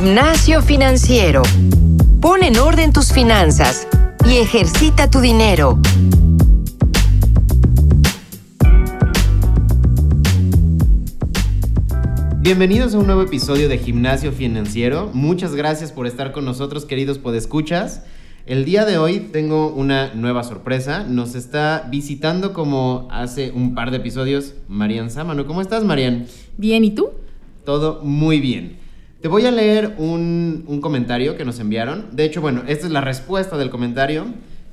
Gimnasio Financiero. Pon en orden tus finanzas y ejercita tu dinero. Bienvenidos a un nuevo episodio de Gimnasio Financiero. Muchas gracias por estar con nosotros, queridos podescuchas. El día de hoy tengo una nueva sorpresa. Nos está visitando, como hace un par de episodios, Marian Sámano. ¿Cómo estás, Marian? Bien, ¿y tú? Todo muy bien. Te voy a leer un comentario que nos enviaron. De hecho, bueno, esta es la respuesta del comentario.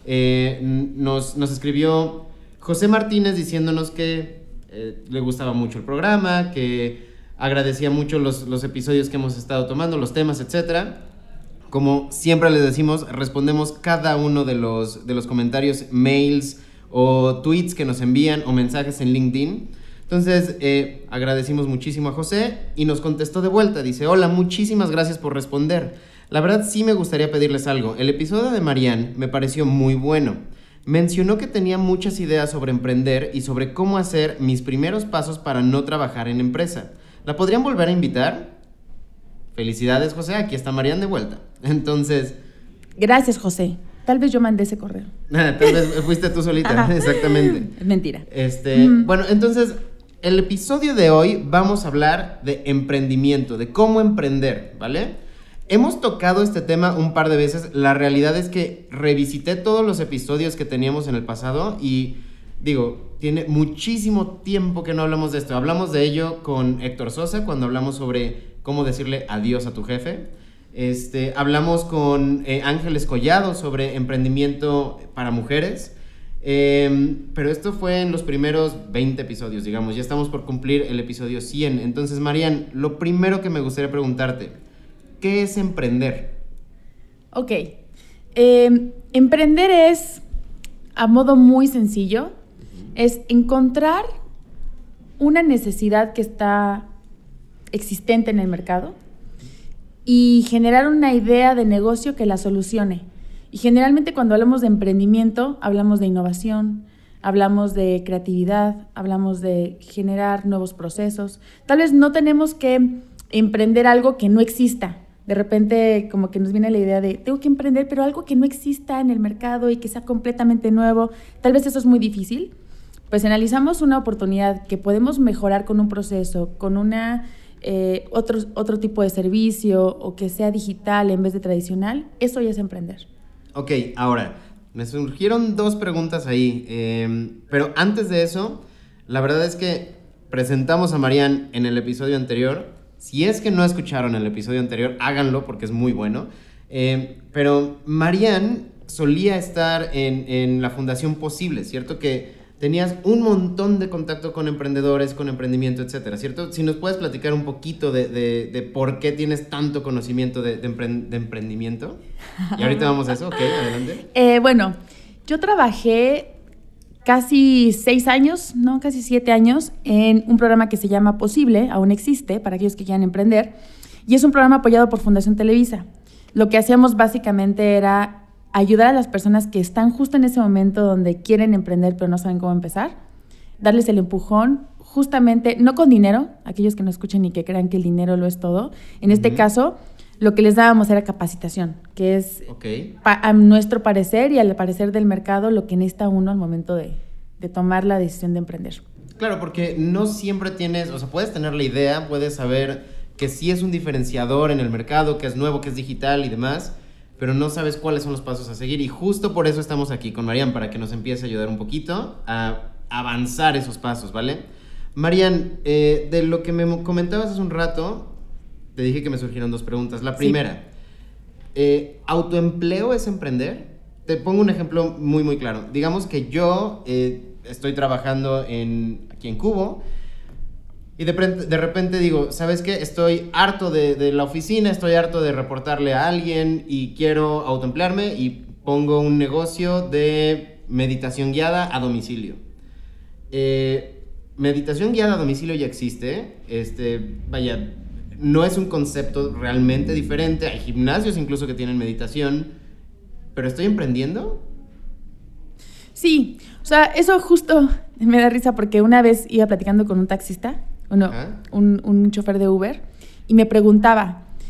Nos escribió José Martínez diciéndonos que le gustaba mucho el programa, que agradecía mucho los episodios que hemos estado tomando, los temas, etc. Como siempre les decimos, respondemos cada uno de los comentarios, mails o tweets que nos envían o mensajes en LinkedIn. Entonces, agradecimos muchísimo a José y nos contestó de vuelta. Dice, hola, muchísimas gracias por responder. La verdad sí me gustaría pedirles algo. El episodio de Marian me pareció muy bueno. Mencionó que tenía muchas ideas sobre emprender y sobre cómo hacer mis primeros pasos para no trabajar en empresa. ¿La podrían volver a invitar? Felicidades, José. Aquí está Marian de vuelta. Entonces... Gracias, José. Tal vez yo mandé ese correo. Tal vez fuiste tú solita. Ajá. Exactamente. Es mentira. Bueno, entonces... El episodio de hoy vamos a hablar de emprendimiento, de cómo emprender, ¿vale? Hemos tocado este tema un par de veces. La realidad es que revisité todos los episodios que teníamos en el pasado y, digo, tiene muchísimo tiempo que no hablamos de esto. Hablamos de ello con Héctor Sosa cuando hablamos sobre cómo decirle adiós a tu jefe. Hablamos con Ángeles Collado sobre emprendimiento para mujeres. Pero esto fue en los primeros 20 episodios, digamos. Ya estamos por cumplir el episodio 100. Entonces, Marian, lo primero que me gustaría preguntarte, ¿qué es emprender? Ok. Emprender es, a modo muy sencillo, es encontrar una necesidad que está existente en el mercado y generar una idea de negocio que la solucione. Y generalmente cuando hablamos de emprendimiento, hablamos de innovación, hablamos de creatividad, hablamos de generar nuevos procesos. Tal vez no tenemos que emprender algo que no exista. De repente como que nos viene la idea de tengo que emprender, pero algo que no exista en el mercado y que sea completamente nuevo. Tal vez eso es muy difícil. Pues analizamos una oportunidad que podemos mejorar con un proceso, con otro tipo de servicio o que sea digital en vez de tradicional. Eso ya es emprender. Ok, ahora, me surgieron dos preguntas ahí, pero antes de eso, la verdad es que presentamos a Marian en el episodio anterior. Si es que no escucharon el episodio anterior, háganlo porque es muy bueno. Pero Marian solía estar en la Fundación Posible, ¿cierto? Que tenías un montón de contacto con emprendedores, con emprendimiento, etcétera, ¿cierto? Si nos puedes platicar un poquito de por qué tienes tanto conocimiento de emprendimiento. Y ahorita vamos a eso, ok, adelante. Bueno, yo trabajé casi 6 años, no, casi 7 años, en un programa que se llama Posible, aún existe, para aquellos que quieran emprender, y es un programa apoyado por Fundación Televisa. Lo que hacíamos básicamente era ayudar a las personas que están justo en ese momento donde quieren emprender pero no saben cómo empezar, darles el empujón, justamente, no con dinero, aquellos que no escuchen y que crean que el dinero lo es todo. En este caso, lo que les dábamos era capacitación, que es, a nuestro parecer y al parecer del mercado, lo que necesita uno al momento de tomar la decisión de emprender. Claro, porque no siempre tienes, o sea, puedes tener la idea, puedes saber que sí es un diferenciador en el mercado, que es nuevo, que es digital y demás, pero no sabes cuáles son los pasos a seguir, y justo por eso estamos aquí con Marian, para que nos empiece a ayudar un poquito a avanzar esos pasos, ¿vale? Marian, de lo que me comentabas hace un rato, te dije que me surgieron dos preguntas. La primera, ¿autoempleo es emprender? Te pongo un ejemplo muy, muy claro. Digamos que yo estoy trabajando aquí en Cubo, y de repente digo, ¿sabes qué? Estoy harto de la oficina, estoy harto de reportarle a alguien y quiero autoemplearme y pongo un negocio de meditación guiada a domicilio. Meditación guiada a domicilio ya existe. Vaya, no es un concepto realmente diferente. Hay gimnasios incluso que tienen meditación. ¿Pero estoy emprendiendo? Sí, o sea, eso justo me da risa porque una vez iba platicando con un taxista, un chofer de Uber, y me preguntaba,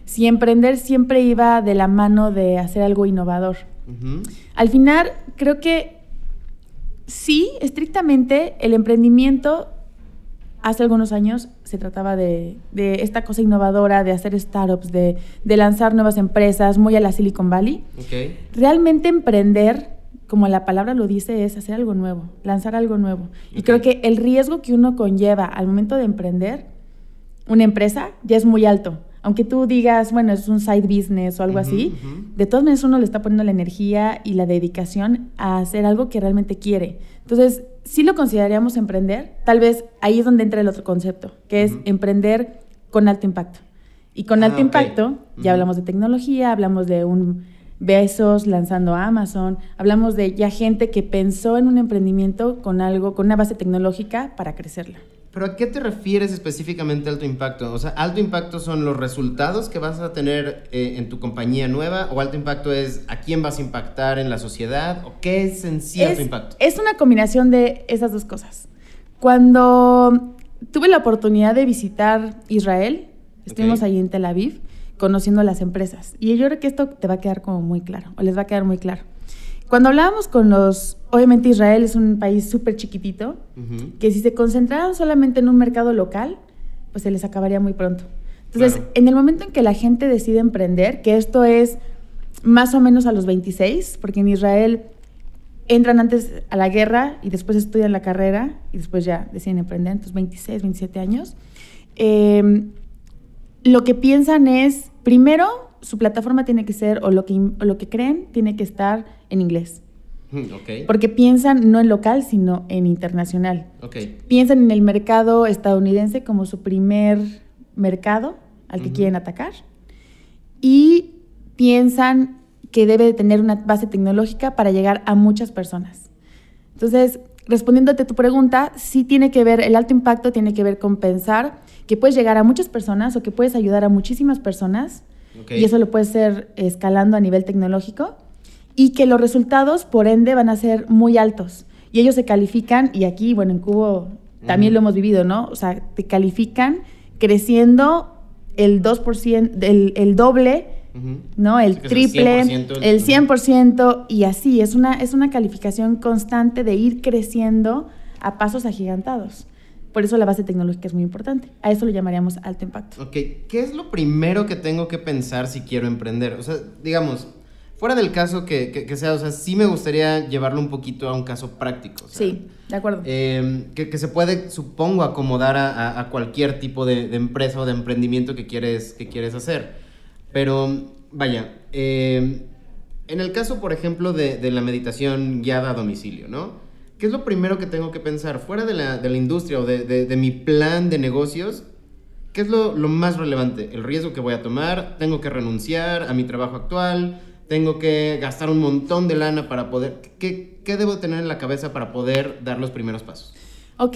si emprender siempre iba de la mano de hacer algo innovador. Al final, creo que sí, estrictamente, el emprendimiento hace algunos años se trataba de esta cosa innovadora, de hacer startups, de lanzar nuevas empresas, muy a la Silicon Valley. Okay. Realmente emprender, como la palabra lo dice, es hacer algo nuevo, lanzar algo nuevo. Okay. Y creo que el riesgo que uno conlleva al momento de emprender una empresa ya es muy alto. Aunque tú digas, bueno, es un side business o algo así, de todas maneras uno le está poniendo la energía y la dedicación a hacer algo que realmente quiere. Entonces, sí lo consideraríamos emprender. Tal vez ahí es donde entra el otro concepto, que es emprender con alto impacto. Y con alto impacto, ya hablamos de tecnología, hablamos de un Bezos lanzando a Amazon, hablamos de ya gente que pensó en un emprendimiento con algo, con una base tecnológica para crecerla. ¿Pero a qué te refieres específicamente alto impacto? O sea, ¿alto impacto son los resultados que vas a tener en tu compañía nueva? ¿O alto impacto es a quién vas a impactar en la sociedad? ¿O qué es en sí alto impacto? Es una combinación de esas dos cosas. Cuando tuve la oportunidad de visitar Israel, estuvimos ahí en Tel Aviv, conociendo las empresas. Y yo creo que esto te va a quedar como muy claro, o les va a quedar muy claro. Cuando hablábamos con obviamente Israel es un país súper chiquitito, que si se concentraran solamente en un mercado local, pues se les acabaría muy pronto. Entonces, en el momento en que la gente decide emprender, que esto es más o menos a los 26, porque en Israel entran antes a la guerra y después estudian la carrera y después ya deciden emprender, entonces 26, 27 años, lo que piensan es, primero, su plataforma tiene que ser, o lo que creen, tiene que estar en inglés. Okay. Porque piensan no en local, sino en internacional. Okay. Piensan en el mercado estadounidense como su primer mercado al que quieren atacar. Y piensan que debe de tener una base tecnológica para llegar a muchas personas. Entonces, respondiéndote a tu pregunta, sí tiene que ver, el alto impacto tiene que ver con pensar que puedes llegar a muchas personas o que puedes ayudar a muchísimas personas. Okay. Y eso lo puedes hacer escalando a nivel tecnológico y que los resultados, por ende, van a ser muy altos. Y ellos se califican, y aquí, bueno, en Cubo también lo hemos vivido, ¿no? O sea, te califican creciendo el 2%, el doble, ¿no? El triple, el 100%, y así. Es una calificación constante de ir creciendo a pasos agigantados. Por eso la base tecnológica es muy importante. A eso lo llamaríamos alto impacto. Ok, ¿qué es lo primero que tengo que pensar si quiero emprender? O sea, digamos, fuera del caso que sea, o sea, sí me gustaría llevarlo un poquito a un caso práctico. O sea, sí, de acuerdo. Que se puede, supongo, acomodar a cualquier tipo de empresa o de emprendimiento que quieres hacer. Pero, vaya, en el caso, por ejemplo, de la meditación guiada a domicilio, ¿no? ¿Qué es lo primero que tengo que pensar? Fuera de la industria o de mi plan de negocios, ¿qué es lo más relevante? ¿El riesgo que voy a tomar? ¿Tengo que renunciar a mi trabajo actual? ¿Tengo que gastar un montón de lana para poder...? ¿Qué debo tener en la cabeza para poder dar los primeros pasos? Ok.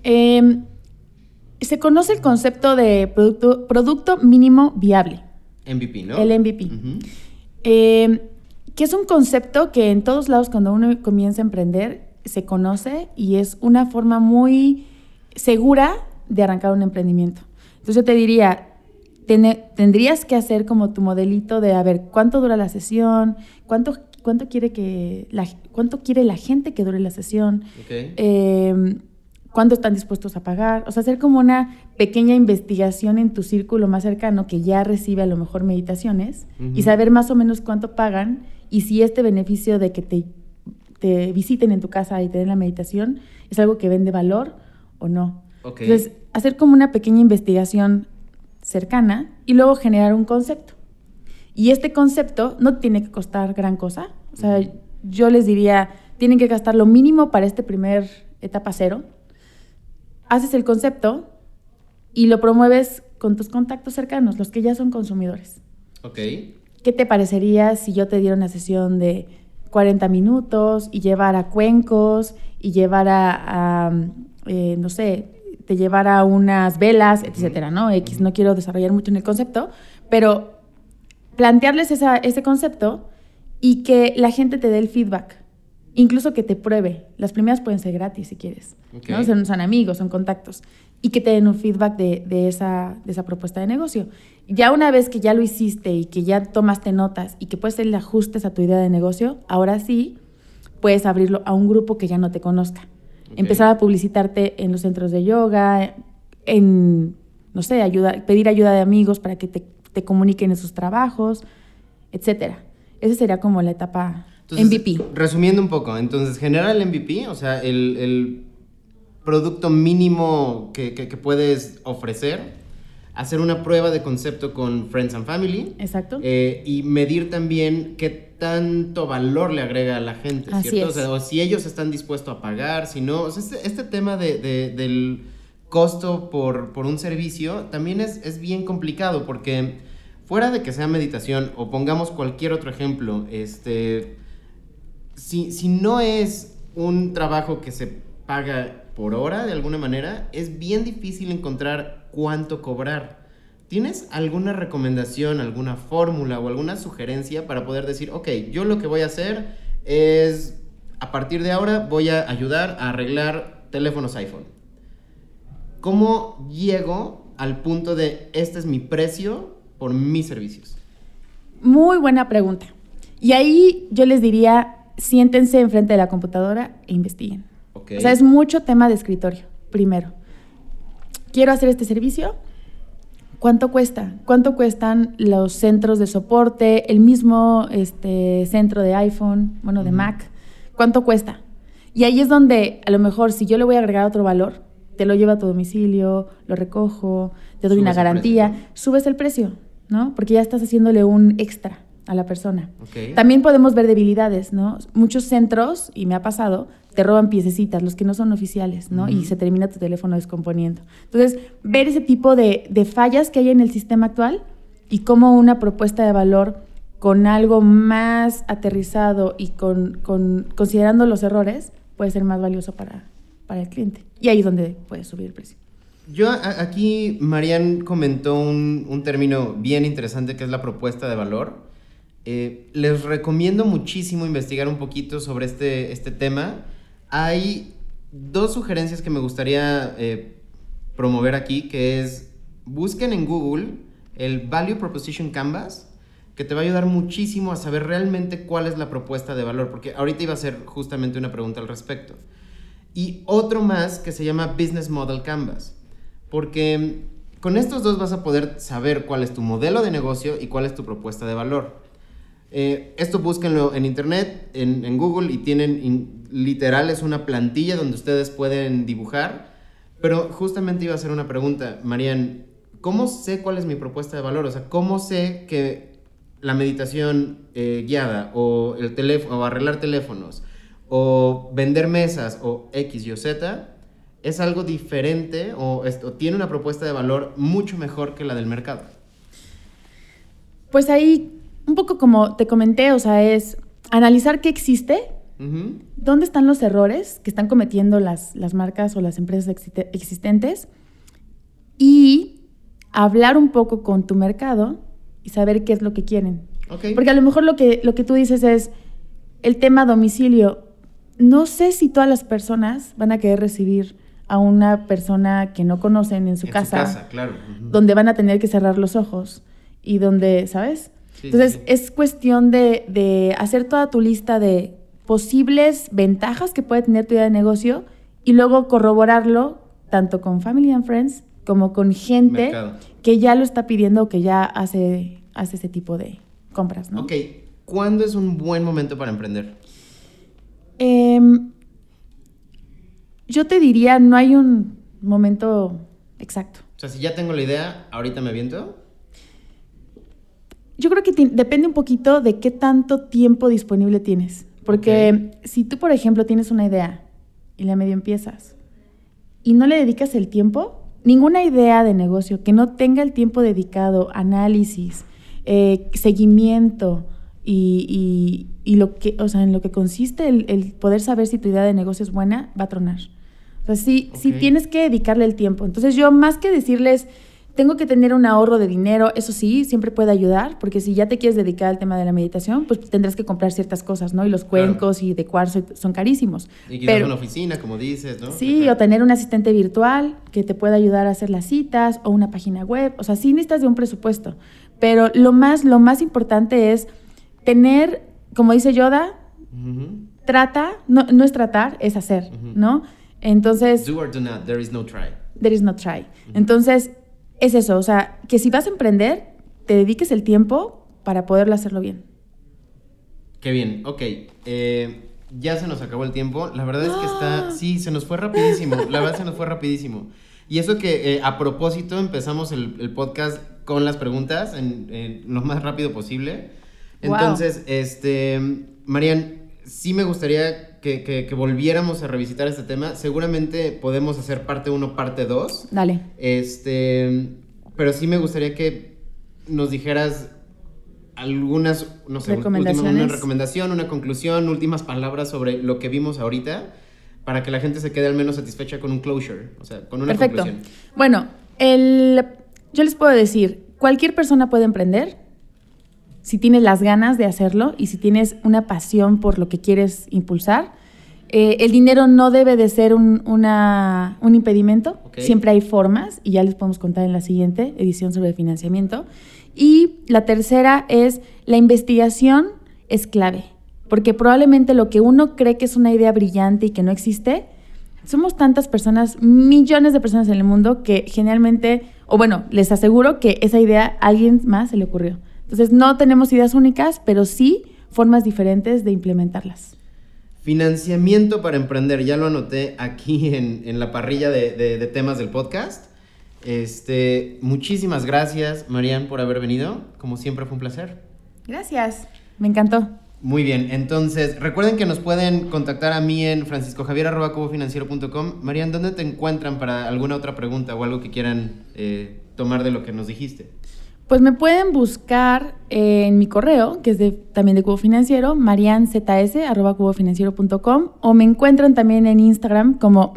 Se conoce el concepto de producto mínimo viable. MVP, ¿no? El MVP. Que es un concepto que en todos lados, cuando uno comienza a emprender, se conoce y es una forma muy segura de arrancar un emprendimiento. Entonces yo te diría, tendrías que hacer como tu modelito de, a ver, ¿cuánto dura la sesión? ¿Cuánto quiere la gente que dure la sesión? Okay. ¿Cuánto están dispuestos a pagar? O sea, hacer como una pequeña investigación en tu círculo más cercano que ya recibe a lo mejor meditaciones y saber más o menos cuánto pagan y si este beneficio de que te visiten en tu casa y te den la meditación es algo que vende valor o no. Okay. Entonces, hacer como una pequeña investigación cercana y luego generar un concepto. Y este concepto no tiene que costar gran cosa. O sea, yo les diría, tienen que gastar lo mínimo para este primer etapa cero. Haces el concepto y lo promueves con tus contactos cercanos, los que ya son consumidores. Okay. ¿Qué te parecería si yo te diera una sesión de 40 minutos y llevara cuencos y llevara no sé, te llevara unas velas, etcétera, ¿no? No quiero desarrollar mucho en el concepto, pero plantearles ese concepto y que la gente te dé el feedback incluso que te pruebe. Las primeras pueden ser gratis si quieres, Okay. ¿no? Son amigos, son contactos. Y que te den un feedback de esa propuesta de negocio. Ya una vez que ya lo hiciste y que ya tomaste notas y que puedes hacerle ajustes a tu idea de negocio, ahora sí puedes abrirlo a un grupo que ya no te conozca. Okay. Empezar a publicitarte en los centros de yoga, no sé, pedir ayuda de amigos para que te comuniquen en sus trabajos, etcétera. Esa sería como la etapa MVP. Resumiendo un poco, entonces generar el MVP, o sea, el producto mínimo que puedes ofrecer, hacer una prueba de concepto con Friends and Family. Exacto. Y medir también qué tanto valor le agrega a la gente, Así ¿cierto? es. O sea, o si ellos están dispuestos a pagar, si no. O sea, este tema del costo por un servicio también es bien complicado, porque fuera de que sea meditación, o pongamos cualquier otro ejemplo, si no es un trabajo que se paga por hora, de alguna manera, es bien difícil encontrar cuánto cobrar. ¿Tienes alguna recomendación, alguna fórmula o alguna sugerencia para poder decir, ok, yo lo que voy a hacer es, a partir de ahora, voy a ayudar a arreglar teléfonos iPhone? ¿Cómo llego al punto de, este es mi precio por mis servicios? Muy buena pregunta. Y ahí yo les diría, siéntense enfrente de la computadora e investiguen. Okay. O sea, es mucho tema de escritorio, primero. Quiero hacer este servicio. ¿Cuánto cuesta? ¿Cuánto cuestan los centros de soporte? El mismo centro de iPhone, de Mac. ¿Cuánto cuesta? Y ahí es donde, a lo mejor, si yo le voy a agregar otro valor, te lo llevo a tu domicilio, lo recojo, te doy una garantía, subes el precio, ¿no? Porque ya estás haciéndole un extra a la persona. Okay. También podemos ver debilidades, ¿no? Muchos centros, y me ha pasado, te roban piececitas, los que no son oficiales, ¿no? Y se termina tu teléfono descomponiendo. Entonces, ver ese tipo de fallas que hay en el sistema actual y cómo una propuesta de valor con algo más aterrizado y considerando los errores puede ser más valioso para el cliente. Y ahí es donde puedes subir el precio. Aquí Marian comentó un término bien interesante que es la propuesta de valor. Les recomiendo muchísimo investigar un poquito sobre este tema. Hay dos sugerencias que me gustaría promover aquí, que es, busquen en Google el Value Proposition Canvas, que te va a ayudar muchísimo a saber realmente cuál es la propuesta de valor, porque ahorita iba a hacer justamente una pregunta al respecto. Y otro más que se llama Business Model Canvas, porque con estos dos vas a poder saber cuál es tu modelo de negocio y cuál es tu propuesta de valor. Esto búsquenlo en internet, en Google, y tienen literal, es una plantilla donde ustedes pueden dibujar. Pero justamente iba a hacer una pregunta, Marian, ¿cómo sé cuál es mi propuesta de valor? O sea, ¿cómo sé que la meditación guiada o el teléfono, o arreglar teléfonos o vender mesas o X, Y o Z es algo diferente o tiene una propuesta de valor mucho mejor que la del mercado? Pues ahí, un poco como te comenté, o sea, es analizar qué existe, dónde están los errores que están cometiendo las marcas o las empresas existentes, y hablar un poco con tu mercado y saber qué es lo que quieren. Okay. Porque a lo mejor lo que tú dices es el tema domicilio. No sé si todas las personas van a querer recibir a una persona que no conocen en su casa, claro. Donde van a tener que cerrar los ojos y donde, ¿sabes? Sí, entonces, sí. Es cuestión de hacer toda tu lista de posibles ventajas que puede tener tu idea de negocio y luego corroborarlo tanto con Family and Friends como con gente que ya lo está pidiendo o que ya hace ese tipo de compras, ¿no? Ok, ¿cuándo es un buen momento para emprender? Yo te diría, no hay un momento exacto. O sea, si ya tengo la idea, ¿ahorita me aviento? Yo creo que depende un poquito de qué tanto tiempo disponible tienes. Porque si tú, por ejemplo, tienes una idea y la medio empiezas y no le dedicas el tiempo, ninguna idea de negocio que no tenga el tiempo dedicado, análisis, seguimiento y lo que, o sea, en lo que consiste el poder saber si tu idea de negocio es buena, va a tronar. O sea, sí tienes que dedicarle el tiempo. Entonces yo, más que decirles, tengo que tener un ahorro de dinero, eso sí, siempre puede ayudar, porque si ya te quieres dedicar al tema de la meditación, pues tendrás que comprar ciertas cosas, ¿no? Y los cuencos y de cuarzo son carísimos. Y quizás una oficina, como dices, ¿no? Sí, o tener un asistente virtual que te pueda ayudar a hacer las citas, o una página web. O sea, sí necesitas de un presupuesto. Pero lo más importante es tener, como dice Yoda, trata, no es tratar, es hacer, ¿no? Entonces... Do or do not, there is no try. There is no try. Entonces, es eso, o sea, que si vas a emprender, te dediques el tiempo para poderlo hacerlo bien. Qué bien, ok. Ya se nos acabó el tiempo. La verdad es que sí, se nos fue rapidísimo. La verdad se nos fue rapidísimo. Y eso que a propósito empezamos el podcast con las preguntas en lo más rápido posible. Entonces, Marian, sí me gustaría que volviéramos a revisitar este tema. Seguramente podemos hacer parte 1, parte 2. Dale. Pero sí me gustaría que nos dijeras algunas, no sé, recomendaciones. Una recomendación, una conclusión, últimas palabras sobre lo que vimos ahorita, para que la gente se quede al menos satisfecha con un closure, o sea, con una conclusión. Bueno, yo les puedo decir, cualquier persona puede emprender si tienes las ganas de hacerlo y si tienes una pasión por lo que quieres impulsar. El dinero no debe de ser un impedimento. Okay. Siempre hay formas, y ya les podemos contar en la siguiente edición sobre financiamiento. Y la tercera es, la investigación es clave, porque probablemente lo que uno cree que es una idea brillante y que no existe, somos tantas personas, millones de personas en el mundo, que generalmente, o bueno, les aseguro que esa idea a alguien más se le ocurrió. Entonces, no tenemos ideas únicas, pero sí formas diferentes de implementarlas. Financiamiento para emprender, ya lo anoté aquí en la parrilla de temas del podcast. Muchísimas gracias, Marian, por haber venido. Como siempre, fue un placer. Gracias, me encantó. Muy bien, entonces recuerden que nos pueden contactar a mí en franciscojavier@cubofinanciero.com. Marian, ¿dónde te encuentran para alguna otra pregunta o algo que quieran tomar de lo que nos dijiste? Pues me pueden buscar en mi correo, que es también de Cubo Financiero, marianzs@cubofinanciero.com, o me encuentran también en Instagram como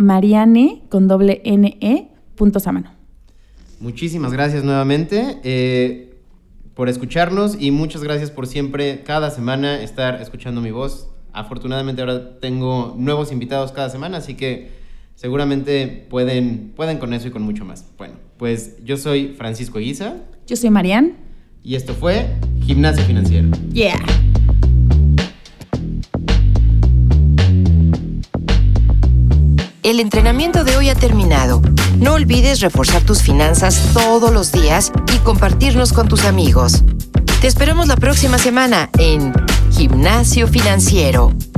mariane.samano. Muchísimas gracias nuevamente por escucharnos, y muchas gracias por siempre, cada semana, estar escuchando mi voz. Afortunadamente ahora tengo nuevos invitados cada semana, así que seguramente pueden con eso y con mucho más. Bueno, pues yo soy Francisco Eguiza. Yo soy Marian. Y esto fue Gimnasio Financiero. Yeah. El entrenamiento de hoy ha terminado. No olvides reforzar tus finanzas todos los días y compartirnos con tus amigos. Te esperamos la próxima semana en Gimnasio Financiero.